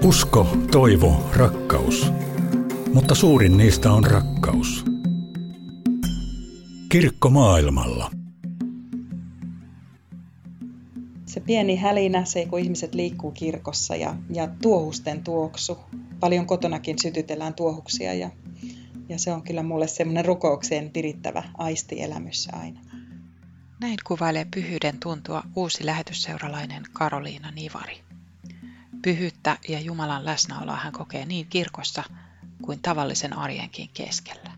Usko, toivo, rakkaus. Mutta suurin niistä on rakkaus. Kirkko maailmalla. Se pieni hälinä, se kun ihmiset liikkuu kirkossa ja tuohusten tuoksu. Paljon kotonakin sytytellään tuohuksia ja se on kyllä mulle semmoinen rukoukseen virittävä aistielämys aina. Näin kuvailee pyhyyden tuntua uusi lähetysseuralainen Karoliina Nivari. Pyhyyttä ja Jumalan läsnäoloa hän kokee niin kirkossa kuin tavallisen arjenkin keskellä.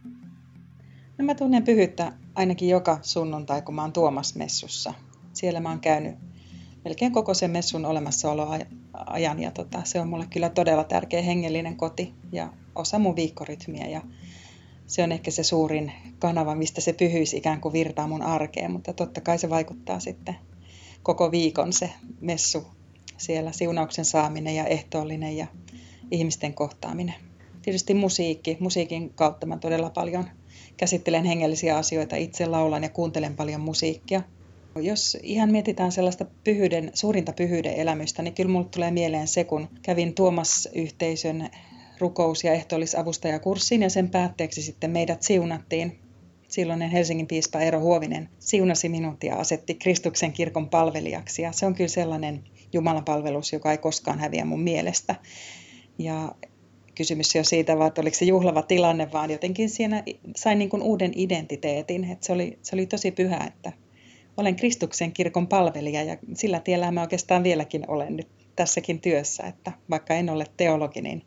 No mä tunnen pyhyyttä ainakin joka sunnuntai, kun mä oon Tuomas-messussa. Siellä mä oon käynyt melkein koko sen messun olemassaoloajan ja se on mulle kyllä todella tärkeä hengellinen koti ja osa mun viikkorytmiä. Ja se on ehkä se suurin kanava, mistä se pyhyys ikään kuin virtaa mun arkeen, mutta totta kai se vaikuttaa sitten koko viikon se messu. Siellä siunauksen saaminen ja ehtoollinen ja ihmisten kohtaaminen. Tietysti musiikin kautta mä todella paljon käsittelen hengellisiä asioita, itse laulan ja kuuntelen paljon musiikkia. Jos ihan mietitään sellaista suurinta pyhyyden elämystä, niin kyllä mulle tulee mieleen se, kun kävin Tuomas-yhteisön rukous- ja ehtoollisavustajakurssin ja sen päätteeksi sitten meidät siunattiin. Silloinen Helsingin piispa Eero Huovinen siunasi minut ja asetti Kristuksen kirkon palvelijaksi. Ja se on kyllä sellainen Jumalan palvelus, joka ei koskaan häviä mun mielestä. Ja kysymys ei ole siitä, vaan että oliko se juhlava tilanne, vaan jotenkin siinä sain niin kuin uuden identiteetin. Että se oli tosi pyhä, että olen Kristuksen kirkon palvelija ja sillä tiellä mä oikeastaan vieläkin olen nyt tässäkin työssä. Että vaikka en ole teologi, niin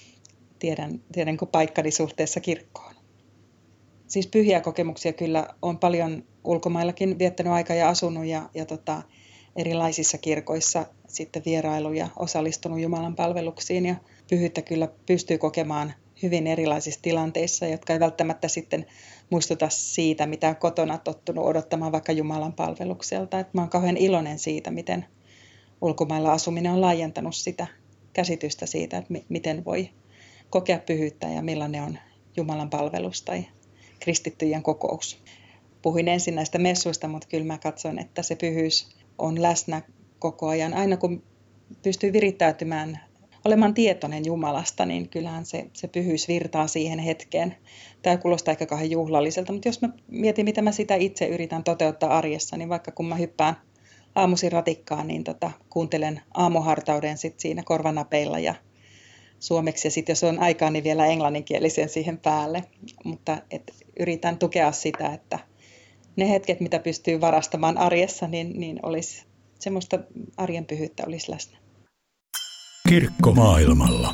tiedän kun paikkani suhteessa kirkkoon. Siis pyhiä kokemuksia kyllä on paljon ulkomaillakin viettänyt aikaa ja asunut ja erilaisissa kirkoissa sitten vierailu ja osallistunut Jumalan palveluksiin. Ja pyhyyttä kyllä pystyy kokemaan hyvin erilaisissa tilanteissa, jotka ei välttämättä sitten muistuta siitä, mitä on kotona tottunut odottamaan vaikka Jumalan palvelukselta. Et mä oon kauhean iloinen siitä, miten ulkomailla asuminen on laajentanut sitä käsitystä siitä, että miten voi kokea pyhyyttä ja millainen on Jumalan palvelus tai kristittyjen kokous. Puhuin ensin näistä messuista, mutta kyllä mä katson, että se pyhyys on läsnä koko ajan. Aina kun pystyy virittäytymään, olemaan tietoinen Jumalasta, niin kyllähän se pyhyys virtaa siihen hetkeen. Tämä kuulostaa aika kauhean juhlalliselta, mutta jos mä mietin, mitä mä sitä itse yritän toteuttaa arjessa, niin vaikka kun mä hyppään aamuisin ratikkaan, niin kuuntelen aamuhartauden sit siinä korvanapeilla ja suomeksi ja sitten jos on aikaa, niin vielä englanninkielisen siihen päälle. Mutta yritän tukea sitä, että ne hetket, mitä pystyy varastamaan arjessa, niin olisi semmoista arjen pyhyyttä olisi läsnä. Kirkko maailmalla.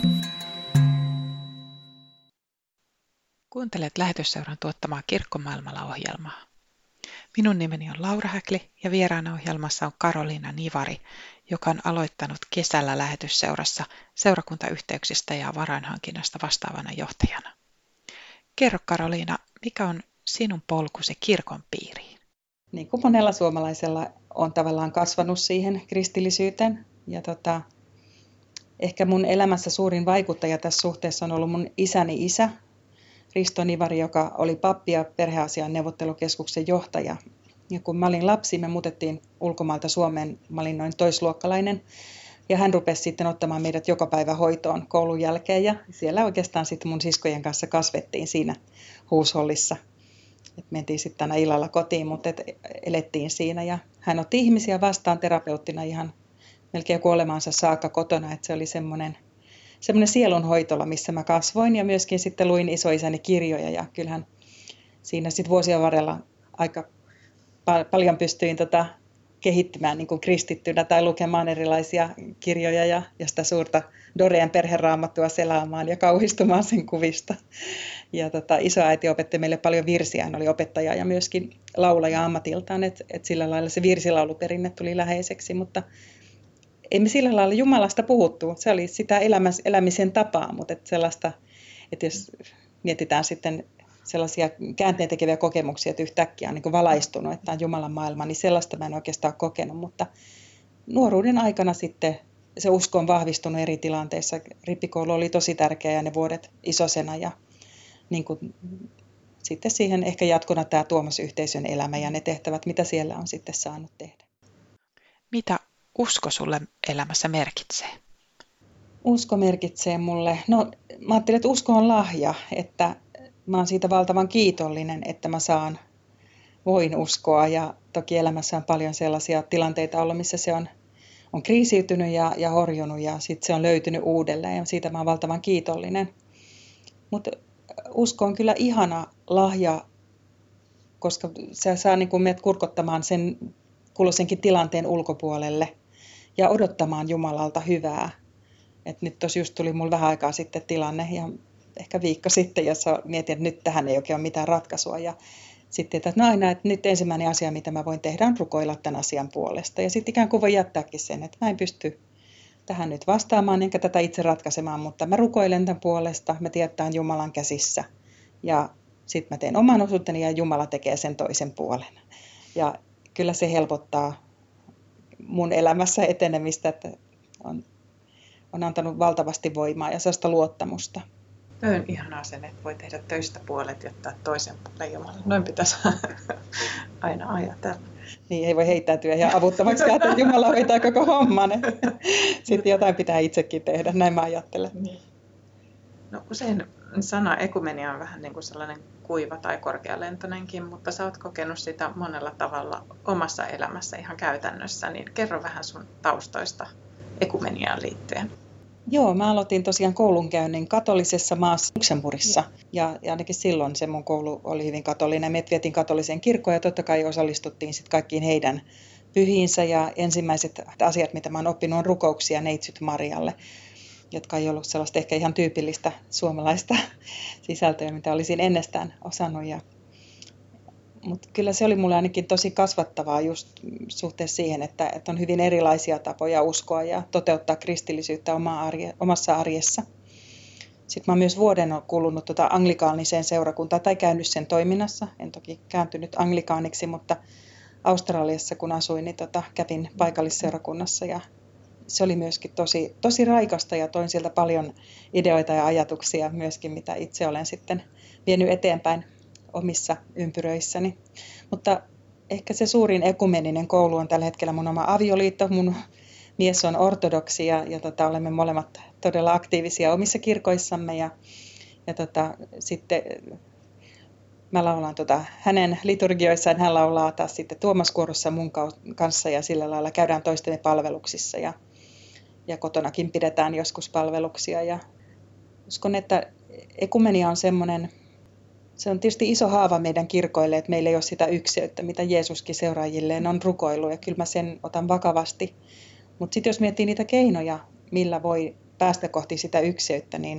Kuuntelet Lähetysseuran tuottamaa Kirkko maailmalla -ohjelmaa. Minun nimeni on Laura Häkli ja vieraana ohjelmassa on Karoliina Nivari, joka on aloittanut kesällä Lähetysseurassa seurakuntayhteyksistä ja varainhankinnasta vastaavana johtajana. Kerro Karoliina, mikä on sinun polkusi kirkon piiriin? Niin kuin monella suomalaisella on tavallaan kasvanut siihen kristillisyyteen. Ja ehkä mun elämässä suurin vaikuttaja tässä suhteessa on ollut mun isäni isä, Risto Nivari, joka oli pappi ja perheasian neuvottelukeskuksen johtaja. Ja kun mä olin lapsi, me muutettiin ulkomailta Suomeen, mä olin noin toisluokkalainen. Ja hän rupesi sitten ottamaan meidät joka päivä hoitoon koulun jälkeen ja siellä oikeastaan sitten mun siskojen kanssa kasvettiin siinä huushollissa. Et mentiin sitten aina illalla kotiin, mutta elettiin siinä ja hän otti ihmisiä vastaan terapeuttina ihan melkein kuolemaansa saakka kotona, että se oli semmoinen sielunhoitola, missä mä kasvoin ja myöskin sitten luin isoisäni kirjoja ja kyllähän siinä sitten vuosien varrella aika paljon pystyin kehittymään niin kuin kristittynä tai lukemaan erilaisia kirjoja ja sitä suurta Doreen perheraamattua selaamaan ja kauhistumaan sen kuvista. Ja isoäiti opetti meille paljon virsiä, hän oli opettaja ja myöskin laulaja ammatiltaan, että sillä lailla se virsilauluperinne tuli läheiseksi, mutta ei me sillä lailla Jumalasta puhuttu. Se oli sitä elämisen tapaa, mutta sellaista, että jos mietitään sitten sellaisia käänteentekeviä kokemuksia, että yhtäkkiä on niin kuin valaistunut, että on Jumalan maailma, niin sellaista mä en oikeastaan kokenut, mutta nuoruuden aikana sitten se usko on vahvistunut eri tilanteissa. Rippikoulu oli tosi tärkeä ja ne vuodet isosena ja niin kuin, sitten siihen ehkä jatkona tämä Tuomas-yhteisön elämä ja ne tehtävät, mitä siellä on sitten saanut tehdä. Mitä usko sulle elämässä merkitsee? Usko merkitsee mulle, mä ajattelen, että usko on lahja, että mä oon siitä valtavan kiitollinen, että voin uskoa. Ja toki elämässä on paljon sellaisia tilanteita ollut, missä se on kriisiytynyt ja horjunut ja sitten se on löytynyt uudelleen ja siitä mä oon valtavan kiitollinen. Mutta usko on kyllä ihana lahja, koska se saa niin kuin meidät kurkottamaan sen kulloisenkin tilanteen ulkopuolelle ja odottamaan Jumalalta hyvää. Et nyt tuossa just tuli mulle vähän aikaa sitten tilanne, ja ehkä viikko sitten, jossa mietin, että nyt tähän ei oikein ole mitään ratkaisua. Ja sitten, että että nyt ensimmäinen asia, mitä mä voin tehdä, on rukoilla tämän asian puolesta. Ja sitten ikään kuin voi jättääkin sen, että mä en pysty tähän nyt vastaamaan, enkä tätä itse ratkaisemaan, mutta mä rukoilen tämän puolesta, mä tiedän, että tämä on Jumalan käsissä. Ja sitten mä teen oman osuuteni ja Jumala tekee sen toisen puolen. Ja kyllä se helpottaa mun elämässä etenemistä, että on antanut valtavasti voimaa ja sellaista luottamusta. Tuo on ihanaa sen, että voi tehdä töistä puolet ja ottaa toisen puolen Jumalan. Noin pitäisi aina ajatella. Niin, ei voi heittäytyä ihan avuttomaksi, että Jumala hoitaa koko homman. Sitten jotain pitää itsekin tehdä, näin mä ajattelen. Niin. No usein sana ekumenia on vähän niin kuin sellainen kuiva tai korkealentoinenkin, mutta sä oot kokenut sitä monella tavalla omassa elämässä ihan käytännössä, niin kerro vähän sun taustoista ekumeniaan liittyen. Joo, mä aloitin tosiaan koulunkäynnin katolisessa maassa Luxemburgissa ja ainakin silloin se mun koulu oli hyvin katolinen. Me vietiin katoliseen kirkkoon ja totta kai osallistuttiin sitten kaikkiin heidän pyhiinsä ja ensimmäiset asiat, mitä mä oon oppinut, on rukouksia Neitsyt Marialle, jotka ei ollut sellaista ehkä ihan tyypillistä suomalaista sisältöä, mitä olisin ennestään osannut. Mutta kyllä se oli mulle ainakin tosi kasvattavaa just suhteessa siihen, että on hyvin erilaisia tapoja uskoa ja toteuttaa kristillisyyttä omassa arjessa. Sitten mä oon myös vuoden kuulunut anglikaaniseen seurakuntaan tai käynyt sen toiminnassa. En toki kääntynyt anglikaaniksi, mutta Australiassa kun asuin, niin kävin paikallisseurakunnassa ja se oli myöskin tosi raikasta ja toin sieltä paljon ideoita ja ajatuksia myöskin, mitä itse olen sitten vienyt eteenpäin omissa ympyröissäni. Mutta ehkä se suurin ekumeninen koulu on tällä hetkellä mun oma avioliitto. Mun mies on ortodoksi ja olemme molemmat todella aktiivisia omissa kirkoissamme. Ja sitten mä laulan hänen liturgioissaan, hän laulaa taas sitten Tuomaskuorossa mun kanssa ja sillä lailla käydään toistemme palveluksissa. Ja kotonakin pidetään joskus palveluksia. Ja uskon, että ekumenia on semmoinen. Se on tietysti iso haava meidän kirkoille, että meillä ei ole sitä ykseyttä, mitä Jeesuskin seuraajilleen on rukoillut, ja kyllä mä sen otan vakavasti. Mutta sitten jos miettii niitä keinoja, millä voi päästä kohti sitä ykseyttä, niin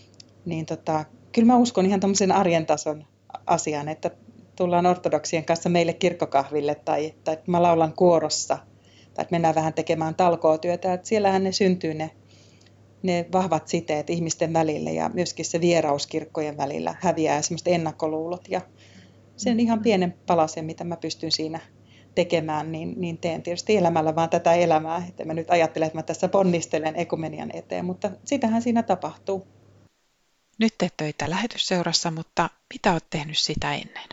kyllä mä uskon ihan tämmöisen arjen tason asian, että tullaan ortodoksien kanssa meille kirkkokahville, tai että mä laulan kuorossa, tai että mennään vähän tekemään talkootyötä, että siellähän ne syntyy ne vahvat siteet ihmisten välille ja myöskin se vieraus kirkkojen välillä häviää semmoiset ennakkoluulot ja sen ihan pienen palasen, mitä mä pystyn siinä tekemään, niin teen tietysti elämällä vaan tätä elämää. Että mä nyt ajattelen, että mä tässä ponnistelen ekumenian eteen, mutta sitähän siinä tapahtuu. Nyt teet töitä lähetysseurassa, mutta mitä olet tehnyt sitä ennen?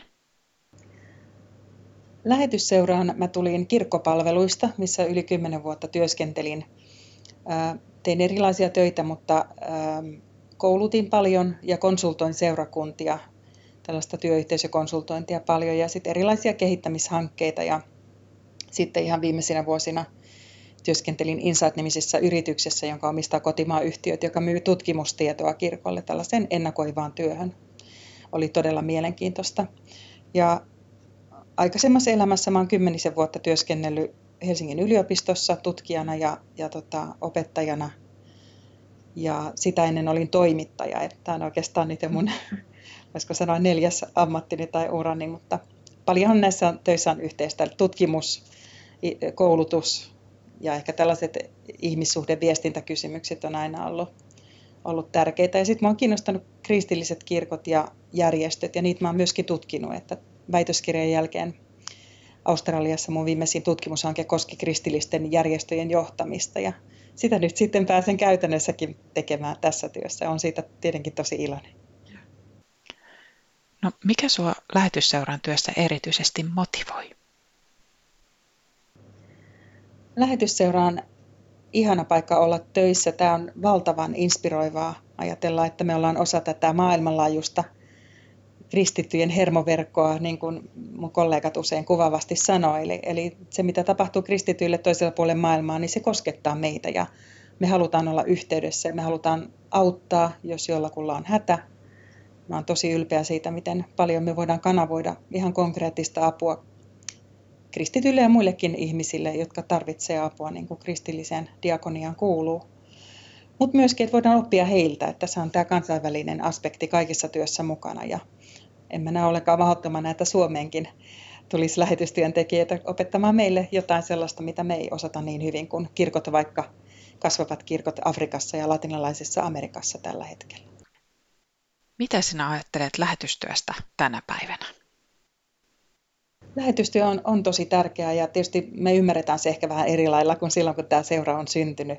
Lähetysseuraan mä tulin kirkkopalveluista, missä yli 10 vuotta työskentelin. Tein erilaisia töitä, mutta koulutin paljon ja konsultoin seurakuntia, tällaista työyhteisökonsultointia paljon ja sitten erilaisia kehittämishankkeita. Ja sitten ihan viimeisinä vuosina työskentelin Insight-nimisessä yrityksessä, jonka omistaa kotimaan yhtiöt, joka myy tutkimustietoa kirkolle tällaiseen ennakoivaan työhön. Oli todella mielenkiintoista. Ja aikaisemmassa elämässä mä oon 10 vuotta työskennellyt Helsingin yliopistossa tutkijana ja opettajana. Ja sitä ennen olin toimittaja. Tämä on oikeastaan niitä mun, voisiko sanoa 4. ammattini tai urani, mutta paljonhan näissä töissä on yhteistä. Tutkimus, koulutus ja ehkä tällaiset ihmissuhdeviestintäkysymykset on aina ollut tärkeitä. Ja sitten minua on kiinnostanut kristilliset kirkot ja järjestöt ja niitä mä oon myöskin tutkinut, että väitöskirjan jälkeen Australiassa mun viimeisin tutkimushanke koski kristillisten järjestöjen johtamista ja sitä nyt sitten pääsen käytännössäkin tekemään tässä työssä. Olen siitä tietenkin tosi iloinen. No, mikä sua lähetysseuran työssä erityisesti motivoi? Lähetysseuraan ihana paikka olla töissä. Tämä on valtavan inspiroivaa ajatella, että me ollaan osa tätä maailmanlaajuista kristittyjen hermoverkkoa, niin kuin mun kollegat usein kuvaavasti sanoo. Eli se, mitä tapahtuu kristityille toisella puolella maailmaa, niin se koskettaa meitä ja me halutaan olla yhteydessä ja me halutaan auttaa, jos jollakulla on hätä. Mä oon tosi ylpeä siitä, miten paljon me voidaan kanavoida ihan konkreettista apua kristityille ja muillekin ihmisille, jotka tarvitsee apua, niin kuin kristilliseen diakoniaan kuuluu. Mutta myöskin, että voidaan oppia heiltä, että tässä on tämä kansainvälinen aspekti kaikessa työssä mukana. Ja en mä näe ollenkaan mahdottomana, että Suomeenkin tulisi lähetystyöntekijöitä opettamaan meille jotain sellaista, mitä me ei osata niin hyvin kuin kirkot, vaikka kasvavat kirkot Afrikassa ja latinalaisessa Amerikassa tällä hetkellä. Mitä sinä ajattelet lähetystyöstä tänä päivänä? Lähetystyö on tosi tärkeää ja tietysti me ymmärretään se ehkä vähän eri lailla kuin silloin, kun tämä seura on syntynyt.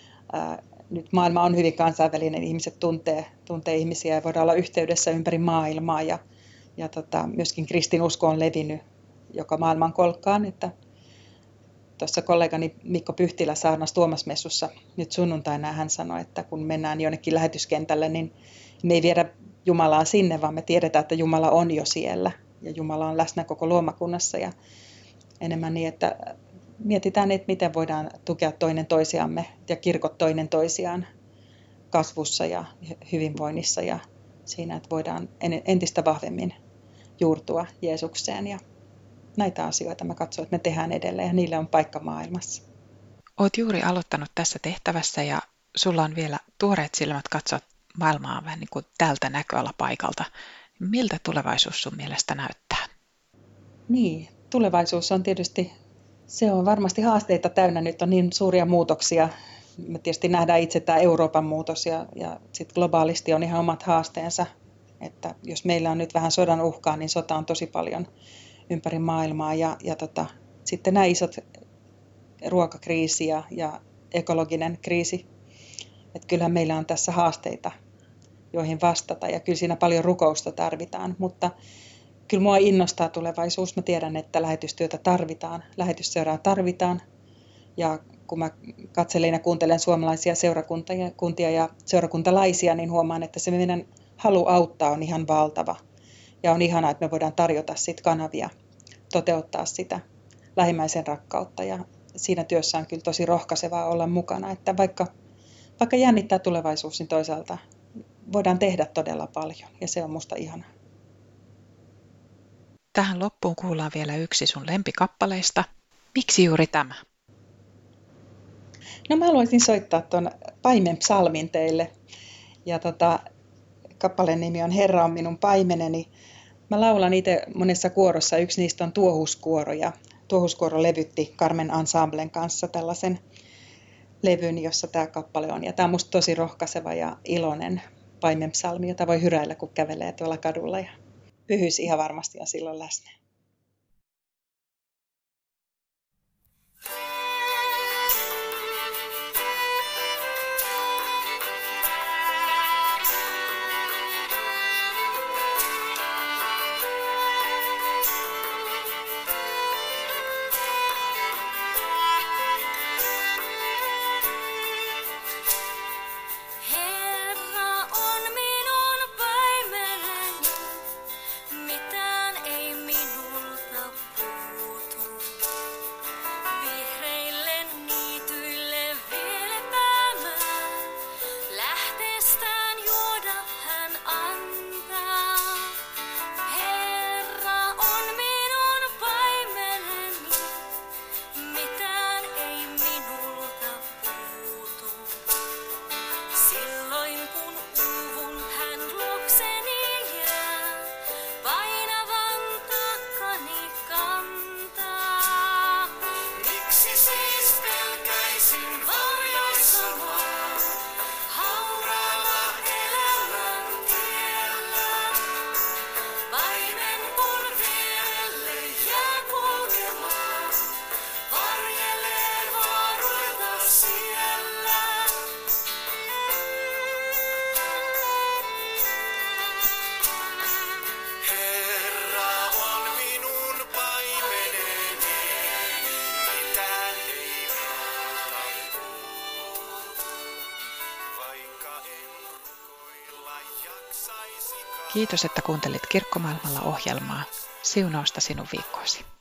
Nyt maailma on hyvin kansainvälinen, ihmiset tuntee ihmisiä ja voidaan olla yhteydessä ympäri maailmaa ja myöskin kristinusko on levinnyt joka maailman kolkkaan. Että tuossa kollegani Mikko Pyhtilä saarnasi Tuomasmessussa nyt sunnuntaina, hän sanoi, että kun mennään jonnekin lähetyskentälle, niin me ei viedä Jumalaa sinne, vaan me tiedetään, että Jumala on jo siellä ja Jumala on läsnä koko luomakunnassa ja enemmän niin, että mietitään, että miten voidaan tukea toinen toisiamme ja kirkot toinen toisiaan kasvussa ja hyvinvoinnissa ja siinä, että voidaan entistä vahvemmin juurtua Jeesukseen ja näitä asioita mä katson, että me tehdään edelleen ja niille on paikka maailmassa. Olet juuri aloittanut tässä tehtävässä ja sulla on vielä tuoreet silmät katsoa maailmaa vähän niin kuin tältä näköalapaikalta. Miltä tulevaisuus sun mielestä näyttää? Niin, tulevaisuus on tietysti, se on varmasti haasteita täynnä. Nyt on niin suuria muutoksia. Me tietysti nähdään itse tämä Euroopan muutos ja sitten globaalisti on ihan omat haasteensa. Että jos meillä on nyt vähän sodan uhkaa, niin sota on tosi paljon ympäri maailmaa ja sitten nämä isot ruokakriisi ja ekologinen kriisi. Että kyllähän meillä on tässä haasteita, joihin vastata ja kyllä siinä paljon rukousta tarvitaan, mutta kyllä mua innostaa tulevaisuus. Mä tiedän, että lähetystyötä tarvitaan, lähetysseuraa tarvitaan ja kun mä katselen ja kuuntelen suomalaisia seurakuntia ja seurakuntalaisia, niin huomaan, että se meidän halu auttaa on ihan valtava ja on ihanaa, että me voidaan tarjota sit kanavia, toteuttaa sitä lähimmäisen rakkautta ja siinä työssä on kyllä tosi rohkaisevaa olla mukana, että vaikka jännittää tulevaisuus, niin toisaalta voidaan tehdä todella paljon ja se on musta ihanaa. Tähän loppuun kuullaan vielä yksi sun lempikappaleista. Miksi juuri tämä? No mä haluaisin soittaa tuon Paimen psalmin teille ja kappaleen nimi on Herra on minun paimeneni. Mä laulan itse monessa kuorossa, yksi niistä on Tuohuskuoro ja Tuohuskuoro levytti Carmen Ensemblen kanssa tällaisen levyn, jossa tämä kappale on. Ja tämä on musta tosi rohkaiseva ja iloinen paimenpsalmi, jota voi hyräillä, kun kävelee tuolla kadulla. Ja pyhyys ihan varmasti on silloin läsnä. Herra on minun paimeneni, mitään ei minua Kiitos, että kuuntelit Kirkkomaailmalla ohjelmaa. Siunausta sinun viikkoosi.